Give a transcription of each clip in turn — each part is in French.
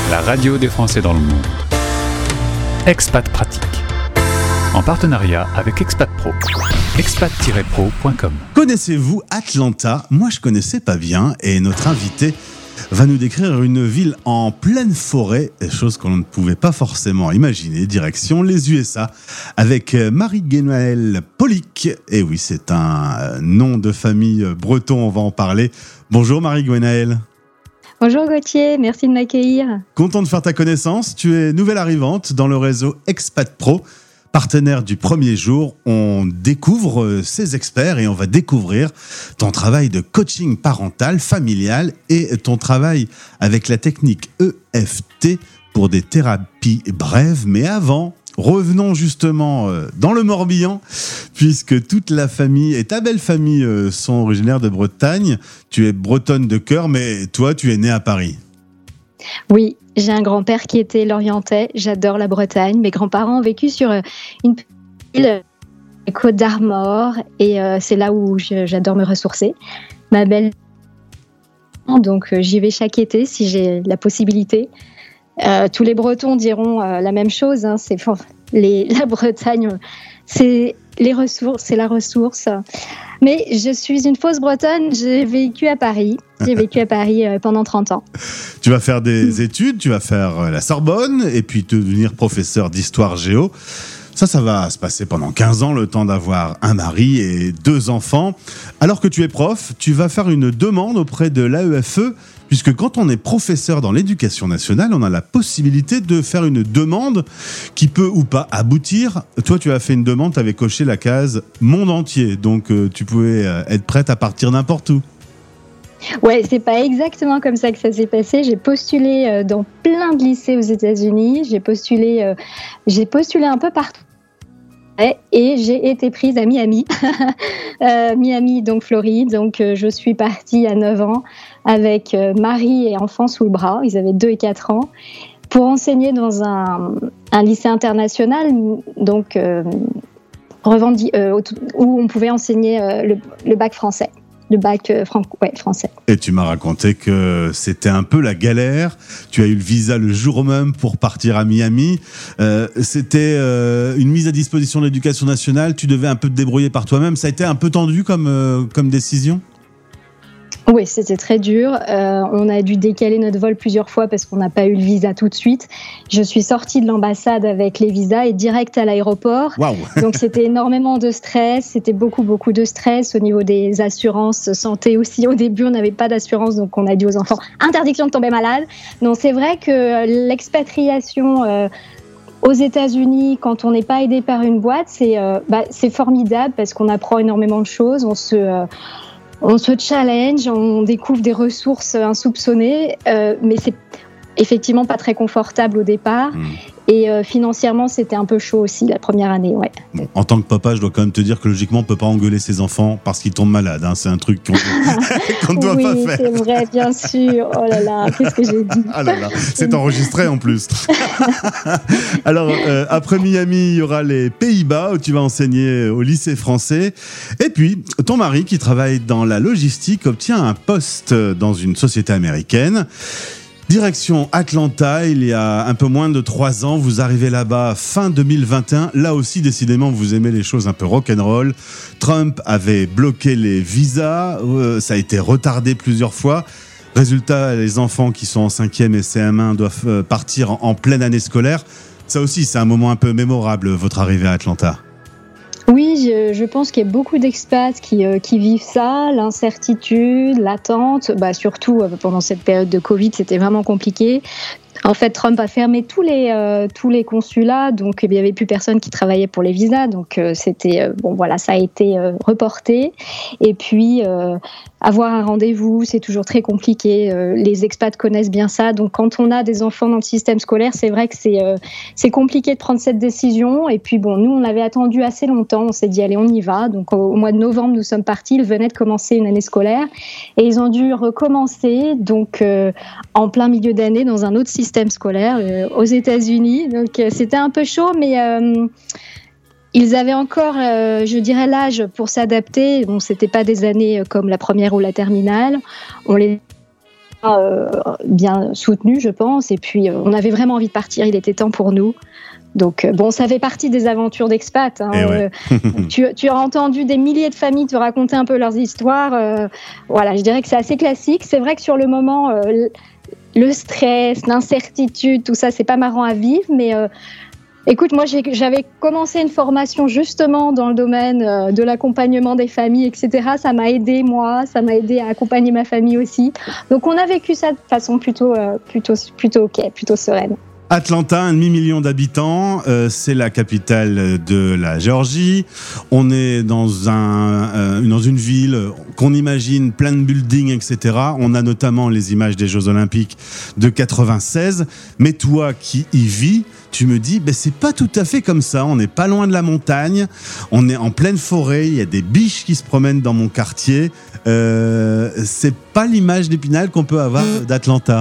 la radio des Français dans le monde. Expat Pratique, en partenariat avec Expat Pro, expat-pro.com. Connaissez-vous Atlanta ? Moi, je connaissais pas bien, et notre invité va nous décrire une ville en pleine forêt, chose qu'on ne pouvait pas forcément imaginer, direction les USA, avec Marie-Gwenaëlle Polic. Et oui, c'est un nom de famille breton, on va en parler. Bonjour Marie-Gwenaëlle. Bonjour Gauthier, merci de m'accueillir. Content de faire ta connaissance, tu es nouvelle arrivante dans le réseau Expat Pro. Partenaire du premier jour, on découvre ces experts et on va découvrir ton travail de coaching parental, familial et ton travail avec la technique EFT pour des thérapies brèves. Mais avant, revenons justement dans le Morbihan, puisque toute la famille et ta belle famille sont originaires de Bretagne. Tu es bretonne de cœur, mais toi, tu es née à Paris. Oui, j'ai un grand-père qui était lorientais, j'adore la Bretagne. Mes grands-parents ont vécu sur une petite île, les Côtes d'Armor, et c'est là où j'adore me ressourcer. Ma belle, donc j'y vais chaque été si j'ai la possibilité. Tous les Bretons diront la même chose, hein, la Bretagne, c'est les ressources, c'est la ressource. Mais je suis une fausse Bretonne, j'ai vécu à Paris pendant 30 ans. Tu vas faire des études, tu vas faire la Sorbonne et puis devenir professeur d'histoire géo. Ça va se passer pendant 15 ans, le temps d'avoir un mari et 2 enfants. Alors que tu es prof, tu vas faire une demande auprès de l'AEFE, puisque quand on est professeur dans l'éducation nationale, on a la possibilité de faire une demande qui peut ou pas aboutir. Toi, tu as fait une demande, tu avais coché la case monde entier, donc tu pouvais être prête à partir n'importe où. Ouais, c'est pas exactement comme ça que ça s'est passé. J'ai postulé dans plein de lycées aux États-Unis. J'ai postulé un peu partout. Et j'ai été prise à Miami, Miami, donc Floride. Donc je suis partie à 9 ans avec mari et enfants sous le bras. Ils avaient 2 et 4 ans pour enseigner dans un lycée international, donc où on pouvait enseigner le bac français. Le bac français. Et tu m'as raconté que c'était un peu la galère. Tu as eu le visa le jour même pour partir à Miami. C'était une mise à disposition de l'éducation nationale. Tu devais un peu te débrouiller par toi-même. Ça a été un peu tendu comme décision ? Oui, c'était très dur. On a dû décaler notre vol plusieurs fois parce qu'on n'a pas eu le visa tout de suite. Je suis sortie de l'ambassade avec les visas et direct à l'aéroport. Wow. Donc c'était énormément de stress. C'était beaucoup de stress au niveau des assurances santé aussi. Au début, on n'avait pas d'assurance, donc on a dit aux enfants interdiction de tomber malade. Donc c'est vrai que l'expatriation aux États-Unis, quand on n'est pas aidé par une boîte, c'est formidable parce qu'on apprend énormément de choses. On se challenge, on découvre des ressources insoupçonnées, mais c'est effectivement pas très confortable au départ. Et financièrement, c'était un peu chaud aussi la première année. Ouais. Bon, en tant que papa, je dois quand même te dire que logiquement, on ne peut pas engueuler ses enfants parce qu'ils tombent malades. Hein. C'est un truc qu'on ne doit pas faire. Oui, c'est vrai, bien sûr. Oh là là, qu'est-ce que j'ai dit ? Ah là là, c'est enregistré en plus. Alors, après Miami, il y aura les Pays-Bas où tu vas enseigner au lycée français. Et puis, ton mari, qui travaille dans la logistique, obtient un poste dans une société américaine. Direction Atlanta, il y a un peu moins de 3 ans, vous arrivez là-bas fin 2021. Là aussi, décidément, vous aimez les choses un peu rock'n'roll. Trump avait bloqué les visas, ça a été retardé plusieurs fois. Résultat, les enfants qui sont en 5e et CM1 doivent partir en pleine année scolaire. Ça aussi, c'est un moment un peu mémorable, votre arrivée à Atlanta. Oui, je pense qu'il y a beaucoup d'expats qui vivent ça, l'incertitude, l'attente. Surtout pendant cette période de Covid, c'était vraiment compliqué. En fait, Trump a fermé tous les consulats, donc il n'y avait plus personne qui travaillait pour les visas, donc c'était ça a été reporté. Et puis avoir un rendez-vous, c'est toujours très compliqué. Les expats connaissent bien ça, donc quand on a des enfants dans le système scolaire, c'est vrai que c'est compliqué de prendre cette décision. Et puis nous on avait attendu assez longtemps, on s'est dit allez on y va. Donc au mois de novembre nous sommes partis, ils venaient de commencer une année scolaire et ils ont dû recommencer donc en plein milieu d'année dans un autre système scolaire aux États-Unis. Donc c'était un peu chaud, mais ils avaient encore, je dirais, l'âge pour s'adapter. Bon, c'était pas des années comme la première ou la terminale. On les bien soutenu, je pense. Et puis, on avait vraiment envie de partir. Il était temps pour nous. Donc, ça fait partie des aventures d'expat. Ouais. Tu as entendu des milliers de familles te raconter un peu leurs histoires. Voilà, je dirais que c'est assez classique. C'est vrai que sur le moment, le stress, l'incertitude, tout ça, c'est pas marrant à vivre. Mais écoute, moi, j'avais commencé une formation justement dans le domaine de l'accompagnement des familles, etc. Ça m'a aidé, moi. Ça m'a aidé à accompagner ma famille aussi. Donc, on a vécu ça de façon plutôt OK, plutôt sereine. Atlanta, 1,5 million d'habitants, c'est la capitale de la Géorgie. On est dans une ville qu'on imagine plein de buildings, etc. On a notamment les images des Jeux Olympiques de 96. Mais toi qui y vis, tu me dis, c'est pas tout à fait comme ça. On n'est pas loin de la montagne. On est en pleine forêt. Il y a des biches qui se promènent dans mon quartier. C'est pas l'image d'Épinal qu'on peut avoir d'Atlanta.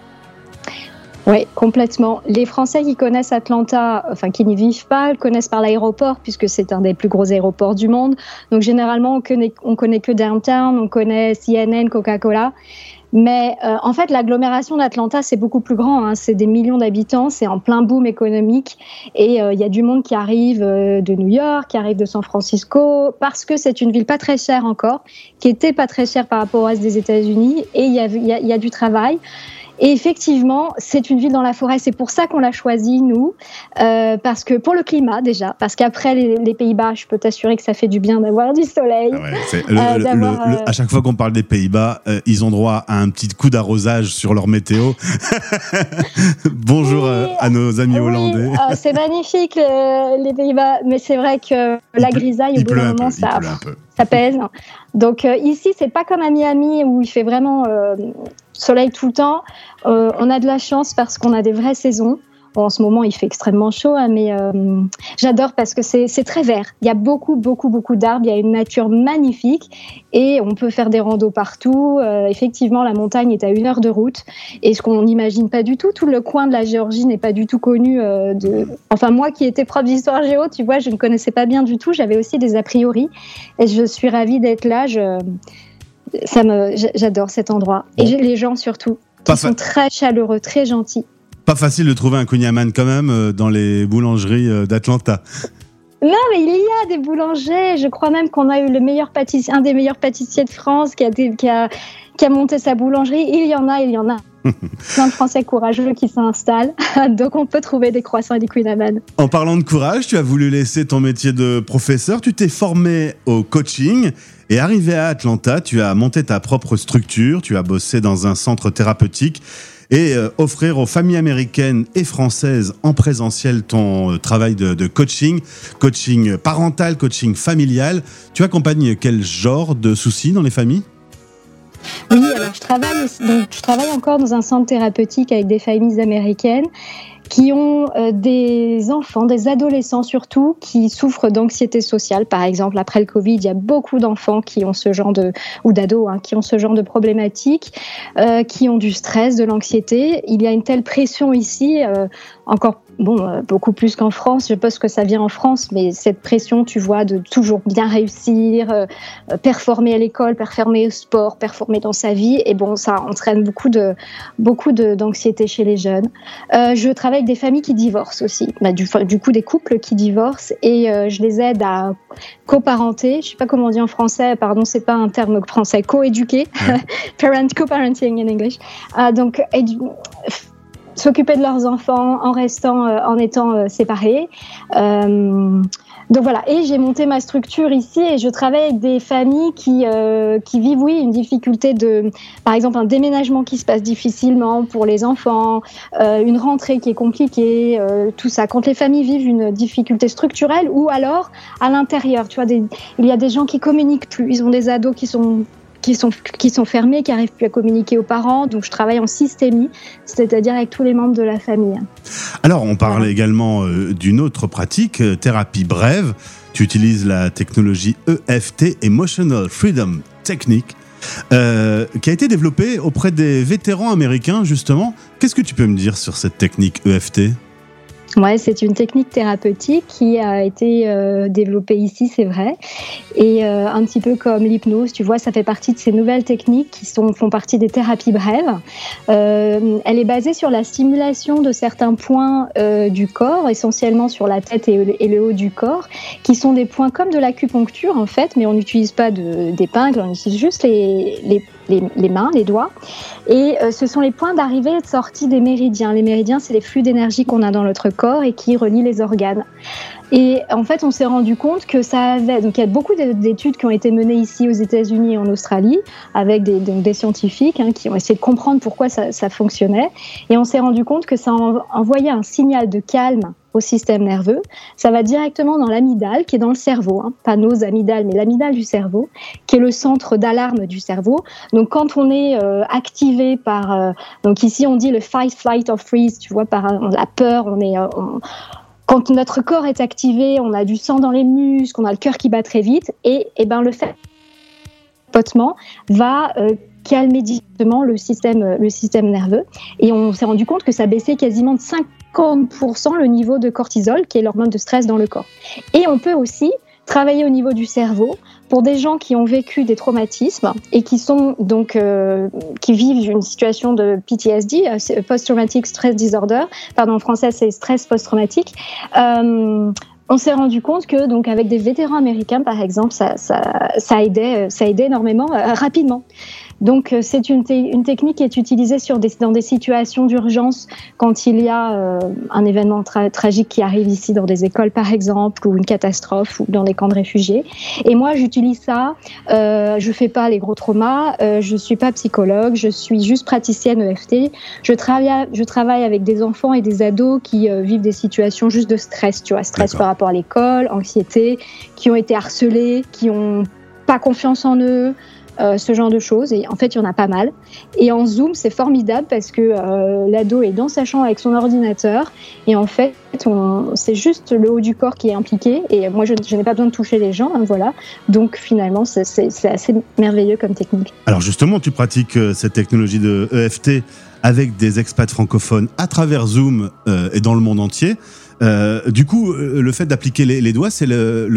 Oui, complètement. Les Français qui connaissent Atlanta, enfin qui n'y vivent pas, le connaissent par l'aéroport, puisque c'est un des plus gros aéroports du monde. Donc généralement, on connaît que Downtown, on connaît CNN, Coca-Cola. Mais en fait, l'agglomération d'Atlanta, c'est beaucoup plus grand. C'est des millions d'habitants, c'est en plein boom économique. Et il y a du monde qui arrive de New York, qui arrive de San Francisco, parce que c'est une ville pas très chère encore, qui était pas très chère par rapport au reste des États-Unis. Et il y a du travail. Et effectivement, c'est une ville dans la forêt. C'est pour ça qu'on l'a choisie, nous, parce que pour le climat déjà, parce qu'après les Pays-Bas, je peux t'assurer que ça fait du bien d'avoir du soleil. Ah ouais, à chaque fois qu'on parle des Pays-Bas, ils ont droit à un petit coup d'arrosage sur leur météo. Bonjour à nos amis hollandais. C'est magnifique les Pays-Bas, mais c'est vrai que la grisaille, au bout d'un moment, ça pèse. Donc ici, c'est pas comme à Miami où il fait vraiment soleil tout le temps. On a de la chance parce qu'on a des vraies saisons. Bon, en ce moment, il fait extrêmement chaud, mais j'adore parce que c'est très vert. Il y a beaucoup d'arbres, il y a une nature magnifique et on peut faire des randos partout. Effectivement, la montagne est à 1 heure de route et ce qu'on n'imagine pas du tout, tout le coin de la Géorgie n'est pas du tout connu. Enfin, moi qui étais prof d'histoire géo, tu vois, je ne connaissais pas bien du tout. J'avais aussi des a priori et je suis ravie d'être là. J'adore cet endroit. Bon. Et les gens surtout, qui sont très chaleureux, très gentils. Pas facile de trouver un kouign-amann quand même dans les boulangeries d'Atlanta. Non, mais il y a des boulangers. Je crois même qu'on a eu un des meilleurs pâtissiers de France qui a monté sa boulangerie. Il y en a. Plein de Français courageux qui s'installent. Donc, on peut trouver des croissants et des kouign-amann. En parlant de courage, tu as voulu laisser ton métier de professeur. Tu t'es formé au coaching. Et arrivé à Atlanta, tu as monté ta propre structure. Tu as bossé dans un centre thérapeutique. Et offrir aux familles américaines et françaises en présentiel ton travail de coaching parental, coaching familial. Tu accompagnes quel genre de soucis dans les familles ? Oui, alors je travaille encore dans un centre thérapeutique avec des familles américaines qui ont des enfants, des adolescents surtout, qui souffrent d'anxiété sociale. Par exemple, après le Covid, il y a beaucoup d'enfants qui ont ce genre ou d'ados, qui ont ce genre de problématiques, qui ont du stress, de l'anxiété. Il y a une telle pression ici, encore beaucoup plus qu'en France. Je pense que ça vient en France, mais cette pression, tu vois, de toujours bien réussir, performer à l'école, performer au sport, performer dans sa vie, et ça entraîne beaucoup d'anxiété chez les jeunes. Je travaille avec des familles qui divorcent aussi, du coup des couples qui divorcent, et je les aide à coparenter. Je sais pas comment on dit en français, pardon, c'est pas un terme français, co-éduquer, co-parenting in English. Donc s'occuper de leurs enfants en étant séparés. Donc voilà, et j'ai monté ma structure ici et je travaille avec des familles qui vivent, une difficulté par exemple, un déménagement qui se passe difficilement pour les enfants, une rentrée qui est compliquée, tout ça. Quand les familles vivent une difficulté structurelle ou alors à l'intérieur, tu vois, il y a des gens qui communiquent plus, ils ont des ados qui sont fermés, qui n'arrivent plus à communiquer aux parents. Donc, je travaille en systémie, c'est-à-dire avec tous les membres de la famille. Alors, on parle également d'une autre pratique, thérapie brève. Tu utilises la technologie EFT, Emotional Freedom Technique, qui a été développée auprès des vétérans américains, justement. Qu'est-ce que tu peux me dire sur cette technique EFT ? Ouais, c'est une technique thérapeutique qui a été développée ici, c'est vrai. Et un petit peu comme l'hypnose, tu vois, ça fait partie de ces nouvelles techniques qui font partie des thérapies brèves. Elle est basée sur la stimulation de certains points du corps, essentiellement sur la tête et le haut du corps, qui sont des points comme de l'acupuncture en fait, mais on n'utilise pas d'épingle, on utilise juste les mains, les doigts. Et ce sont les points d'arrivée et de sortie des méridiens. Les méridiens, c'est les flux d'énergie qu'on a dans notre corps et qui relient les organes. Et en fait, on s'est rendu compte que ça avait... Donc, il y a beaucoup d'études qui ont été menées ici aux États-Unis et en Australie avec des scientifiques qui ont essayé de comprendre pourquoi ça fonctionnait. Et on s'est rendu compte que ça envoyait un signal de calme au système nerveux. Ça va directement dans l'amygdale, qui est dans le cerveau, pas nos amygdales, mais l'amygdale du cerveau, qui est le centre d'alarme du cerveau. Donc, quand on est activé par... donc, ici, on dit le fight, flight or freeze, tu vois, par la peur, quand notre corps est activé, on a du sang dans les muscles, on a le cœur qui bat très vite, et ben le fait potement va calmer directement le système nerveux. Et on s'est rendu compte que ça baissait quasiment de 50% le niveau de cortisol, qui est l'hormone de stress dans le corps. Et on peut aussi travailler au niveau du cerveau pour des gens qui ont vécu des traumatismes et qui sont donc qui vivent une situation de PTSD, Post-Traumatic Stress Disorder. Pardon, en français c'est stress post-traumatique. On s'est rendu compte que donc avec des vétérans américains par exemple, ça aidait énormément rapidement. Donc c'est une technique qui est utilisée dans des situations d'urgence quand il y a un événement tragique qui arrive ici dans des écoles par exemple, ou une catastrophe, ou dans des camps de réfugiés. Et moi j'utilise ça, je fais pas les gros traumas, je suis pas psychologue, je suis juste praticienne EFT. Je travaille avec des enfants et des ados qui vivent des situations juste de stress, tu vois, stress D'accord. par rapport à l'école, anxiété, qui ont été harcelés, qui ont pas confiance en eux. Ce genre de choses, et en fait il y en a pas mal. Et en Zoom c'est formidable parce que l'ado est dans sa chambre avec son ordinateur et en fait c'est juste le haut du corps qui est impliqué et moi je n'ai pas besoin de toucher les gens, voilà. Donc finalement c'est assez merveilleux comme technique. Alors justement, tu pratiques cette technologie de EFT avec des expats francophones à travers Zoom et dans le monde entier. Du coup, le fait d'appliquer les doigts, c'est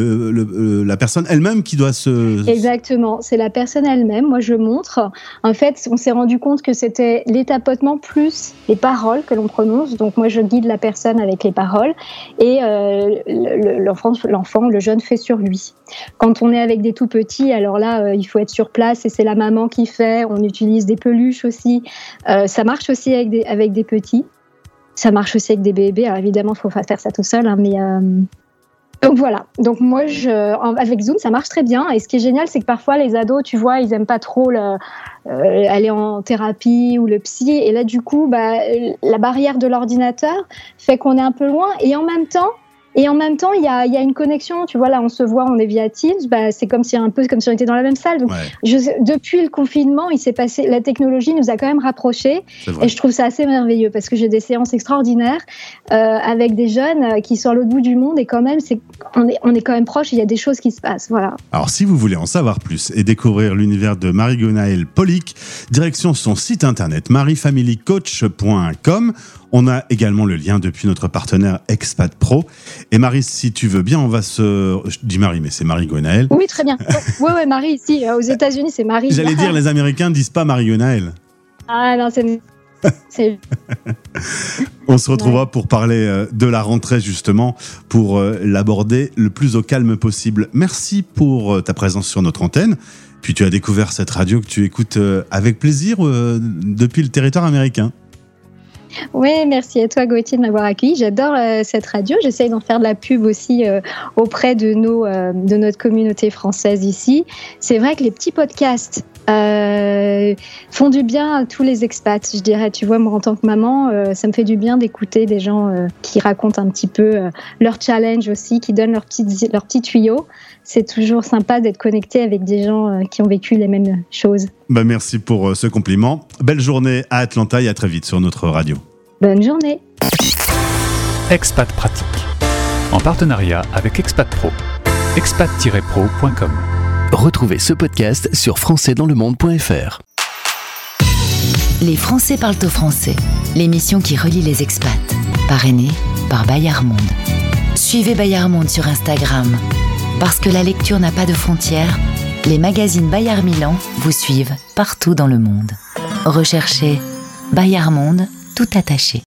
la personne elle-même qui doit se... Exactement, c'est la personne elle-même. Moi, je montre. En fait, on s'est rendu compte que c'était les tapotements plus les paroles que l'on prononce. Donc, moi, je guide la personne avec les paroles et l'enfant, le jeune fait sur lui. Quand on est avec des tout petits, alors là, il faut être sur place et c'est la maman qui fait. On utilise des peluches aussi. Ça marche aussi avec des petits. Ça marche aussi avec des bébés. Alors évidemment, il faut pas faire ça tout seul, mais donc voilà. Donc moi, avec Zoom, ça marche très bien. Et ce qui est génial, c'est que parfois les ados, tu vois, ils aiment pas trop aller en thérapie ou le psy. Et là, du coup, la barrière de l'ordinateur fait qu'on est un peu loin. Et en même temps, il y a une connexion. Tu vois, là, on se voit, on est via Teams. C'est comme si on était dans la même salle. Donc, depuis le confinement, il s'est passé. La technologie nous a quand même rapprochés. Et je trouve ça assez merveilleux parce que j'ai des séances extraordinaires avec des jeunes qui sont à l'autre bout du monde. Et quand même, on est quand même proches. Il y a des choses qui se passent. Voilà. Alors, si vous voulez en savoir plus et découvrir l'univers de Marie-Gwenaëlle Pollick, direction son site internet mariefamilycoach.com. On a également le lien depuis notre partenaire Expat Pro. Et Marie, si tu veux bien, on va se... Je dis Marie, mais c'est Marie-Gwenaëlle. Oui, très bien. Ouais, Marie, ici, aux États-Unis, c'est Marie. J'allais dire, les Américains ne disent pas Marie-Gwenaëlle. Ah non, c'est... On se retrouvera pour parler de la rentrée, justement, pour l'aborder le plus au calme possible. Merci pour ta présence sur notre antenne. Puis tu as découvert cette radio que tu écoutes avec plaisir depuis le territoire américain. Oui, merci à toi Gauthier de m'avoir accueilli. J'adore cette radio. J'essaye d'en faire de la pub aussi auprès de notre communauté française ici. C'est vrai que les petits podcasts font du bien à tous les expats, je dirais. Tu vois, moi en tant que maman, ça me fait du bien d'écouter des gens qui racontent un petit peu leur challenge aussi, qui donnent leurs petits tuyaux. C'est toujours sympa d'être connecté avec des gens qui ont vécu les mêmes choses. Merci pour ce compliment. Belle journée à Atlanta et à très vite sur notre radio. Bonne journée. Expat Pratique, en partenariat avec Expat Pro, expat-pro.com. Retrouvez ce podcast sur françaisdanslemonde.fr. Les Français parlent au français, l'émission qui relie les expats, parrainée par Bayard Monde. Suivez Bayard Monde sur Instagram. Parce que la lecture n'a pas de frontières, les magazines Bayard Milan vous suivent partout dans le monde. Recherchez Bayard Monde tout attaché.